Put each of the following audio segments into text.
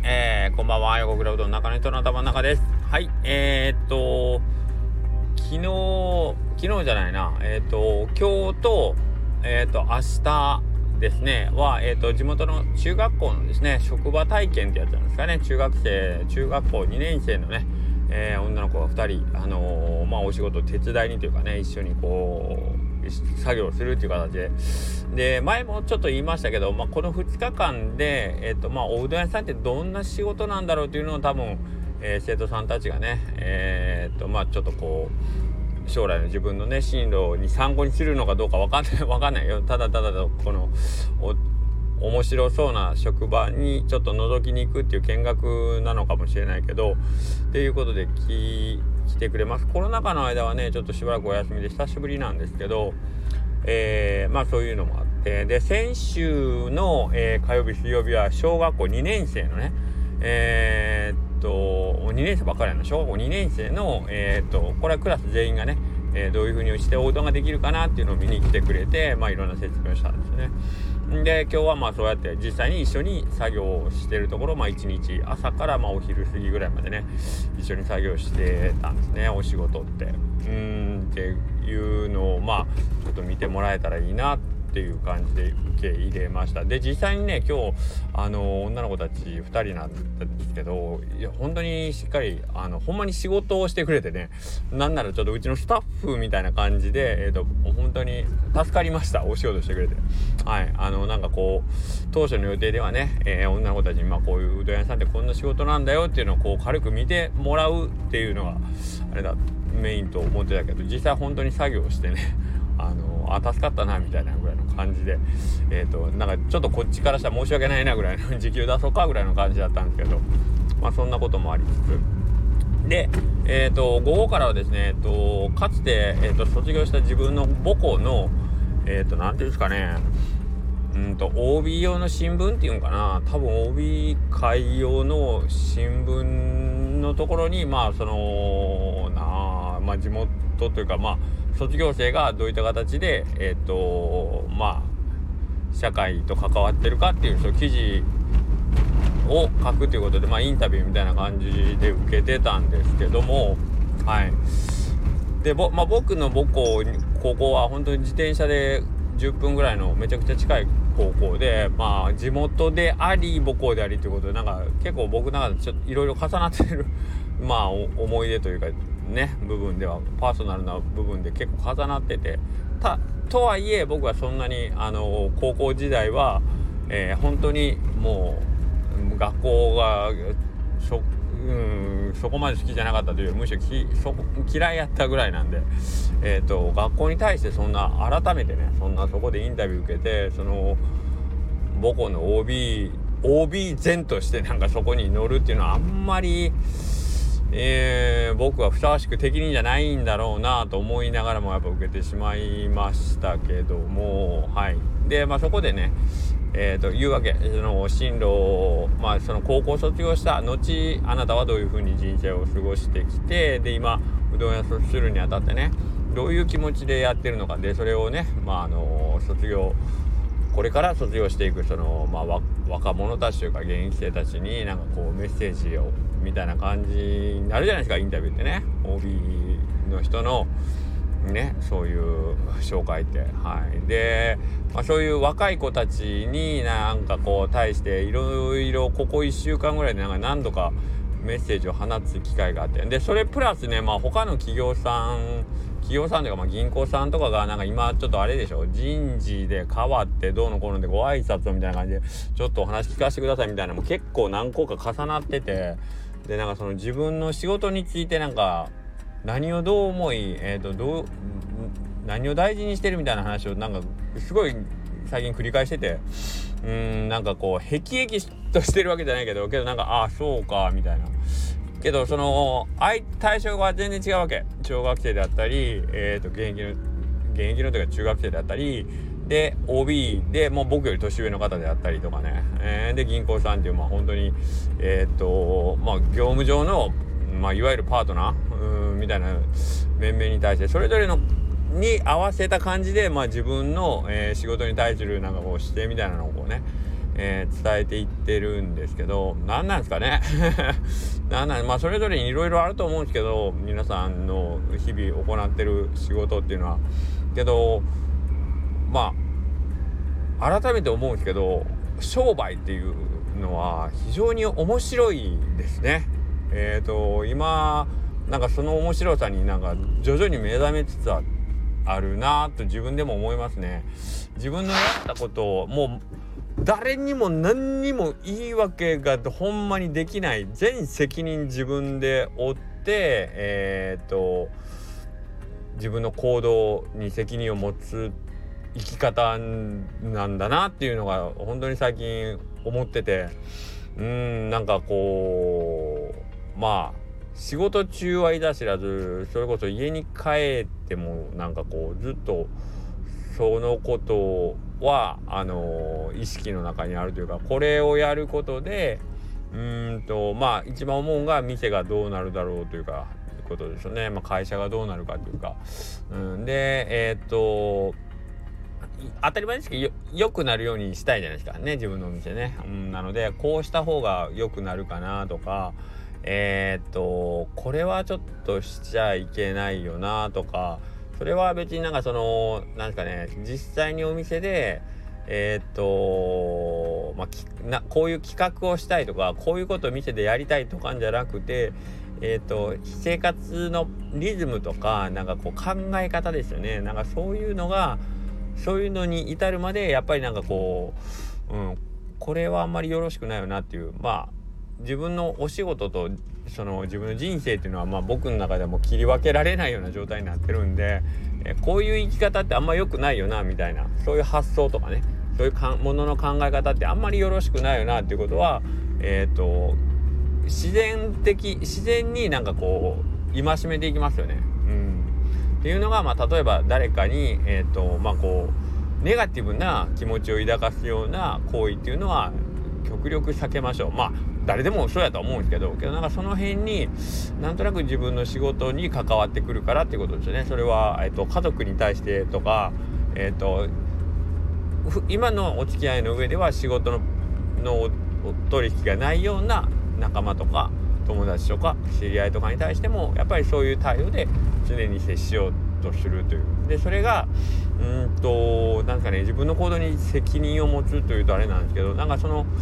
こんばんは。横倉うどん中の人の頭の中です。はい。昨日じゃないな。今日と、明日ですね、は、地元の中学校のですね、職場体験ってやつなんですかね。中学校2年生のね、女の子が2人、お仕事手伝いにというかね、一緒に作業するっていう形で、前もちょっと言いましたけど、この2日間で、おうどん屋さんってどんな仕事なんだろうというのを多分、生徒さんたちがね、ちょっと将来の自分のね進路に参考にするのかどうかわかんないよ。ただこの面白そうな職場にちょっと覗きに行くっていう見学なのかもしれないけど、っていうことで来てくれます。コロナ禍の間はねちょっとしばらくお休みで久しぶりなんですけど、そういうのもあって、で先週の、火曜日水曜日は小学校2年生のね2年生ばっかりなの小学校2年生のこれはクラス全員がね、どういう風にしておうどんができるかなっていうのを見に来てくれて、いろんな説明をしたんですね。で今日はそうやって実際に一緒に作業をしてるところ、一日朝からお昼過ぎぐらいまでね一緒に作業してたんですね。お仕事ってっていうのをちょっと見てもらえたらいいなっていう感じで受け入れました。で実際にね今日女の子たち2人なんですけど、いや本当にしっかりほんまに仕事をしてくれてね、なんならちょっとうちのスタッフみたいな感じで本当に助かりました。お仕事してくれて、はい当初の予定ではね、女の子たちにこういううどん屋さんってこんな仕事なんだよっていうのを軽く見てもらうっていうのがあれだメインと思ってたけど、実際本当に作業してね助かったなみたいなぐらいの感じでちょっとこっちからしたら申し訳ないなぐらいの時給出そうかぐらいの感じだったんですけど、そんなこともありつつで午後からはですねかつて卒業した自分の母校のなんていうんですかねOB 用の新聞っていうんかな、多分 OB 会用の新聞のところに地元というか卒業生がどういった形で社会と関わってるかっていうその記事を書くということでインタビューみたいな感じで受けてたんですけども、はいで僕の母校高校は本当に自転車で10分ぐらいのめちゃくちゃ近い高校で、地元であり母校でありということで結構僕の中でちょっといろいろ重なってる思い出というかね部分ではパーソナルな部分で結構重なってて、とはいえ僕はそんなに高校時代は、本当にもう学校がそこまで好きじゃなかったという、むしろ嫌いやったぐらいなんで、学校に対してそんな改めてねそこでインタビュー受けてその母校の OB 前としてそこに乗るっていうのはあんまり僕はふさわしく適任じゃないんだろうなと思いながらもやっぱ受けてしまいましたけども、はいでそこでねいうわけその進路をその高校卒業した後あなたはどういうふうに人生を過ごしてきて、で今うどん屋するにあたってねどういう気持ちでやってるのかで、それをねこれから卒業していくその若者たちというか現役生たちにメッセージをみたいな感じになるじゃないですか、インタビューってね OB の人のねそういう紹介って、はいでそういう若い子たちに対していろいろここ1週間ぐらいで何度かメッセージを放つ機会があって、でそれプラスね他の企業さんというか銀行さんとかが今ちょっとあれでしょ、人事で変わってどうのこうのでご挨拶をみたいな感じでちょっとお話聞かせてくださいみたいなのも結構何個か重なってて、でその自分の仕事について何をどう思い何を大事にしてるみたいな話をすごい最近繰り返してて、へきへきとしてるわけじゃないけどそうかみたいな、けどその対象が全然違うわけ。小学生であったり現役のというか中学生であったりで OB でもう僕より年上の方であったりとかね、で銀行さんっていう本当に業務上のいわゆるパートナーみたいな面々に対してそれぞれのに合わせた感じで自分の、仕事に対する姿勢みたいなのを伝えていってるんですけど、何なんですかねまあそれぞれにいろいろあると思うんですけど、皆さんの日々行ってる仕事っていうのはけど、まあ改めて思うんですけど、商売っていうのは非常に面白いですね。今なんかその面白さになんか徐々に目覚めつつあるなと自分でも思いますね。自分のやったことをもう誰にも何にも言い訳がほんまにできない、全責任自分で負って、自分の行動に責任を持つ生き方なんだなっていうのが本当に最近思ってて、なんかこうまあ仕事中はいざ知らず、それこそ家に帰ってもなんかこうずっとそのことは意識の中にあるというか、これをやることでまあ一番思うのが店がどうなるだろうというかことですよね。会社がどうなるかというか、で当たり前ですけど良くなるようにしたいじゃないですかね、自分のお店ね。なのでこうした方が良くなるかなとか、これはちょっとしちゃいけないよなとか、それは別になんかそのなんですかね、実際にお店でこういう企画をしたいとか、こういうことを店でやりたいとかじゃなくて、生活のリズムとかなんかこう考え方ですよね。なんかそういうのに至るまでやっぱりなんかこう、これはあんまりよろしくないよなっていう、自分のお仕事とその自分の人生っていうのは僕の中でも切り分けられないような状態になってるんで、こういう生き方ってあんま良くないよなみたいな、そういう発想とかね、そういうものの考え方ってあんまりよろしくないよなっていうことは自然になんかこう戒めていきますよね。っていうのが例えば誰かにこうネガティブな気持ちを抱かすような行為っていうのは極力避けましょう。誰でもそうやと思うんですけどなんかその辺になんとなく自分の仕事に関わってくるからっていうことですよね。それは、家族に対してとか、今のお付き合いの上では仕事の取引がないような仲間とか友達とか知り合いとかに対してもやっぱりそういう態度で常に接しようとするという。でそれがなんですかね、自分の行動に責任を持つというとあれなんですけど、なんかその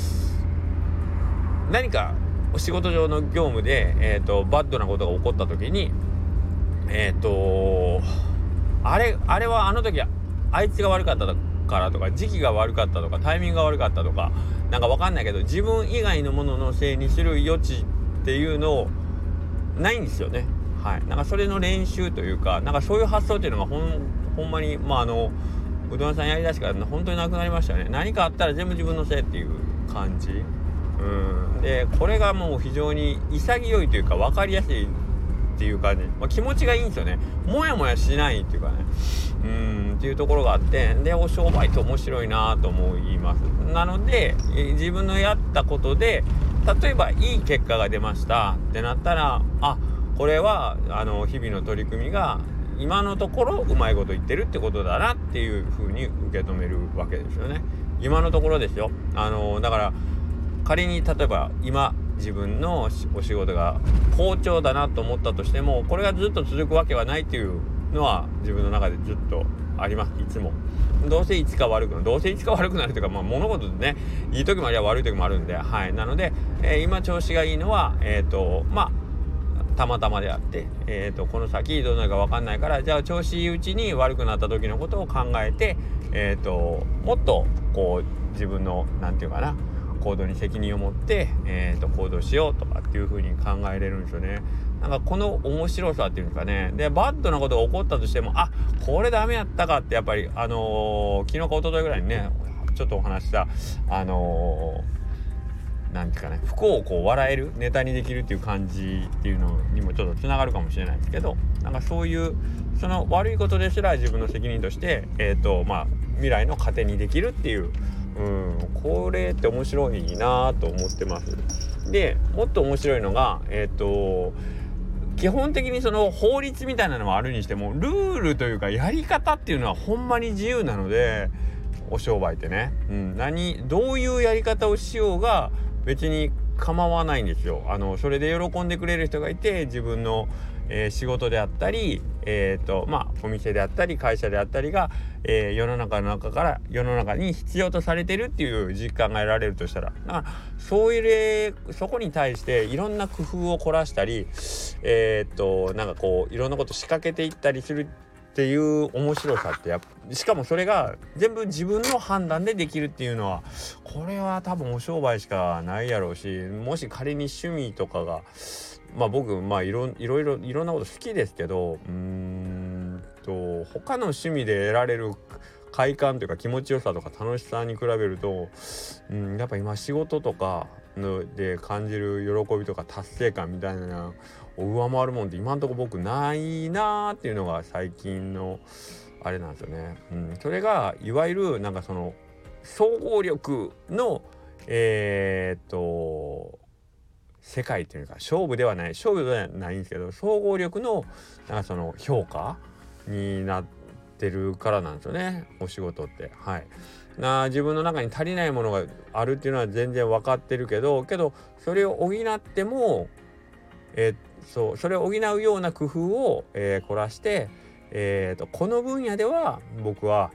何か仕事上の業務で、バッドなことが起こった時にあれはあの時あいつが悪かったからとか、時期が悪かったとか、タイミングが悪かったとか、なんか分かんないけど自分以外のもののせいにする余地っていうのをないんですよね。なんかそれの練習というか、なんかそういう発想っていうのがほんまにうどん屋さんやりだしから本当になくなりましたよね。何かあったら全部自分のせいっていう感じ。でこれがもう非常に潔いというか分かりやすいっていう感じ、気持ちがいいんですよね。もやもやしないっていうかね、っていうところがあって、でお商売って面白いなと思います。なので自分のやったことで例えばいい結果が出ましたってなったら、これは日々の取り組みが今のところうまいこと言ってるってことだなっていう風に受け止めるわけですよね。今のところですよ。だから仮に例えば今自分のお仕事が好調だなと思ったとしても、これがずっと続くわけはないっていうのは自分の中でずっとあります。いつもどうせいつか悪くなるというか、物事でね、いい時もありゃ悪い時もあるんで、なので、今調子がいいのはたまたまであって、この先どうなるか分かんないから、じゃあ調子いいうちに悪くなった時のことを考えて、もっとこう自分のなんていうかな行動に責任を持って、行動しようとかっていう風に考えれるんですよね。なんかこの面白さっていうんですかね。でバッドなことが起こったとしても、これダメやったかって、やっぱり昨日か一昨日ぐらいにねちょっとお話したなんていうかね、不幸をこう笑えるネタにできるっていう感じっていうのにもちょっとつながるかもしれないですけど、なんかそういうその悪いことですら自分の責任として未来の糧にできるっていう、これって面白いなと思ってます。でもっと面白いのが基本的にその法律みたいなのはあるにしても、ルールというかやり方っていうのはほんまに自由なので、 お商売ってね、どういうやり方をしようが別に構わないんですよ。それで喜んでくれる人がいて、自分の、仕事であったり、お店であったり会社であったりが、世の中に必要とされてるっていう実感が得られるとしたら、だからそこに対していろんな工夫を凝らしたり、なんかこういろんなこと仕掛けていったりするっていう面白さってしかもそれが全部自分の判断でできるっていうのは、これは多分お商売しかないやろうし、もし仮に趣味とかが僕いろんなこと好きですけど、他の趣味で得られる快感というか気持ちよさとか楽しさに比べると、やっぱ今仕事とかで感じる喜びとか達成感みたいなのを上回るもんって今んとこ僕ないなーっていうのが最近のあれなんですよね。それがいわゆるなんかその総合力の世界っていうか勝負ではないんですけど、総合力のなんかその評価になってるからなんですよね、お仕事って。自分の中に足りないものがあるっていうのは全然分かってるけどそれを補っても、それを補うような工夫を、凝らして、この分野では僕は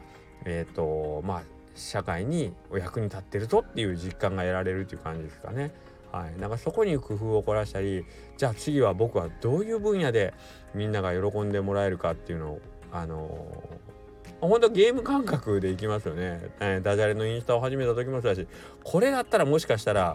社会にお役に立ってるぞっていう実感が得られるっていう感じですかね。なんかそこに工夫を凝らしたり、じゃあ次は僕はどういう分野でみんなが喜んでもらえるかっていうのを本当ゲーム感覚でいきますよね。ダジャレのインスタを始めた時もそうだし、これだったらもしかしたら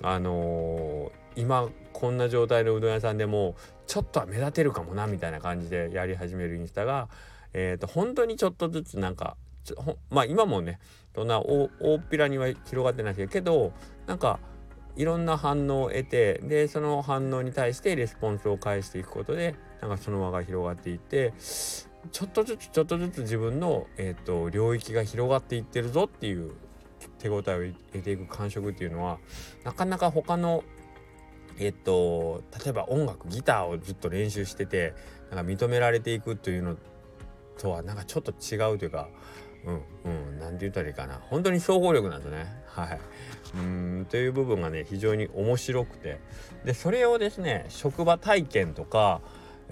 今こんな状態のうどん屋さんでもちょっとは目立てるかもなみたいな感じでやり始めるインスタが、本当にちょっとずつなんか今もねそんな大っぴらには広がってないですけど、なんかいろんな反応を得て、でその反応に対してレスポンスを返していくことで、なんかその輪が広がっていって、ちょっとずつ自分の、領域が広がっていってるぞっていう手応えを得ていく感触っていうのは、なかなか他の例えば音楽ギターをずっと練習しててなんか認められていくというのとはなんかちょっと違うというか、なんて言ったらいいかな、本当に総合力なんですね。という部分がね非常に面白くて、でそれをですね職場体験とかそ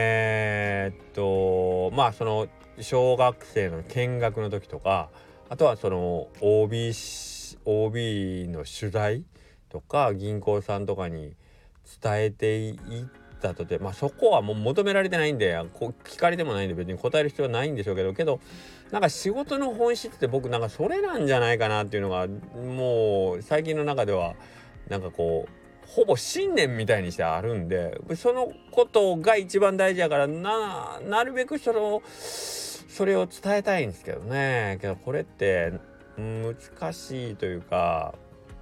の小学生の見学の時とか、あとはその OB の取材とか銀行さんとかに伝えていったとて、そこはもう求められてないんで聞かれてもないんで別に答える必要はないんでしょうけどなんか仕事の本質って僕なんかそれなんじゃないかなっていうのがもう最近の中ではなんかこうほぼ信念みたいにしてあるんで、そのことが一番大事だからなるべくそれを伝えたいんですけどね。けどこれって難しいというか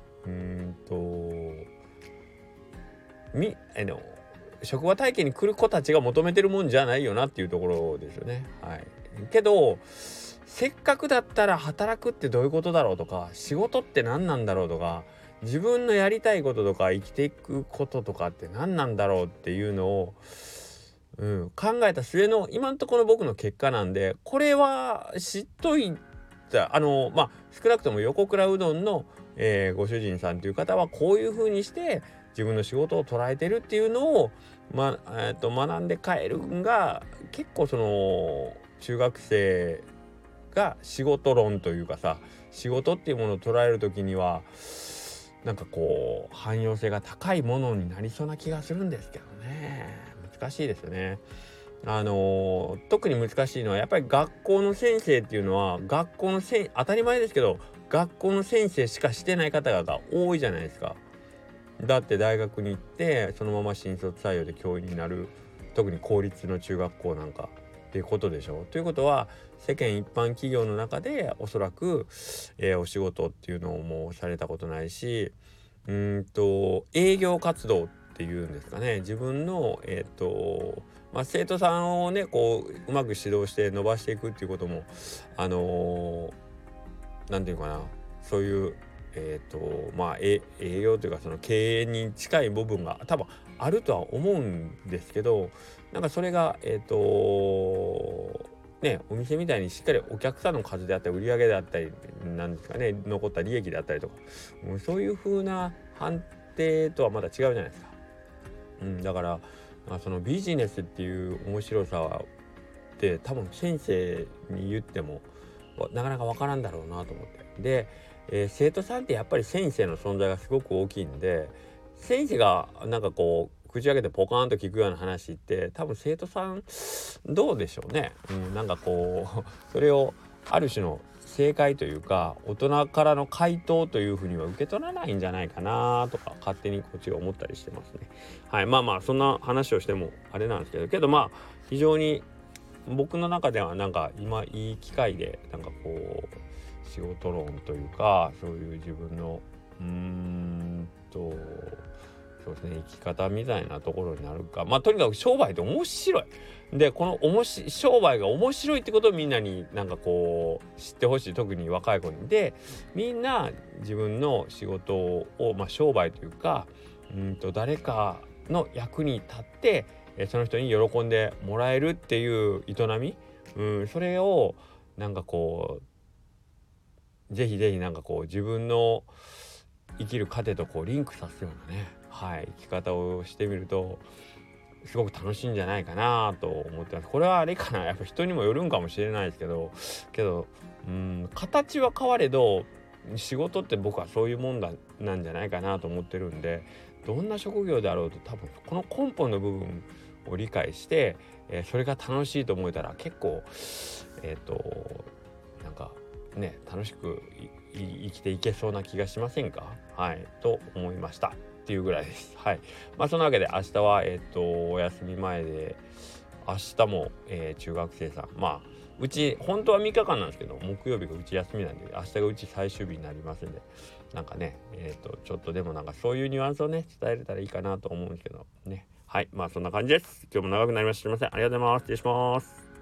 職場体験に来る子たちが求めてるもんじゃないよなっていうところですよね。けどせっかくだったら働くってどういうことだろうとか、仕事って何なんだろうとか、自分のやりたいこととか生きていくこととかって何なんだろうっていうのを、考えた末の今のところ僕の結果なんで、これは知っといた少なくとも横倉うどんの、ご主人さんという方はこういう風にして自分の仕事を捉えてるっていうのを、学んで帰るんが結構その中学生が仕事論というかさ、仕事っていうものを捉える時にはなんかこう汎用性が高いものになりそうな気がするんですけどね。難しいですよね。特に難しいのはやっぱり学校の先生っていうのは当たり前ですけど学校の先生しかしてない方が多いじゃないですか。だって大学に行ってそのまま新卒採用で教員になる、特に公立の中学校なんかっていうことでしょ。ということは世間一般企業の中でおそらく、お仕事っていうのをもうされたことないし、営業活動っていうんですかね、自分の生徒さんをねこううまく指導して伸ばしていくっていうこともなんていうかな、そういう営業というかその経営に近い部分が多分あるとは思うんですけど、なんかそれがね、お店みたいにしっかりお客さんの数であったり売り上げであったりなんですかね、残った利益であったりとか、そういう風な判定とはまた違うじゃないですか。だからそのビジネスっていう面白さって多分先生に言ってもなかなかわからんだろうなと思って。で、生徒さんってやっぱり先生の存在がすごく大きいんで、先生がなんかこう口開けてポカーンと聞くような話って多分生徒さんどうでしょうね。なんかこうそれをある種の正解というか大人からの回答というふうには受け取らないんじゃないかなとか勝手にこっちが思ったりしてますね。はい、まあそんな話をしてもあれなんですけど非常に僕の中ではなんか今いい機会でなんかこう仕事論というかそういう自分のそうですね、生き方みたいなところになるか、とにかく商売って面白い。でこの商売が面白いってことをみんなになんかこう知ってほしい。特に若い子に。でみんな自分の仕事を、商売というか誰かの役に立ってその人に喜んでもらえるっていう営み、それをなんかこうぜひなんかこう自分の生きる糧とこうリンクさせるようなね、生き方をしてみるとすごく楽しいんじゃないかなと思ってます。これはあれかな、やっぱ人にもよるんかもしれないですけど形は変われど仕事って僕はそういうもんなんじゃないかなと思ってるんで、どんな職業であろうと多分この根本の部分を理解して、それが楽しいと思えたら結構なんかね楽しく生きていけそうな気がしませんか。と思いましたっていうぐらいです。そんなわけで明日はお休み前で明日も、中学生さんうち本当は3日間なんですけど木曜日がうち休みなんで明日がうち最終日になりますんでなんかねちょっとでもなんかそういうニュアンスをね伝えれたらいいかなと思うんですけどね。そんな感じです。今日も長くなりました。すいません。ありがとうございます。失礼します。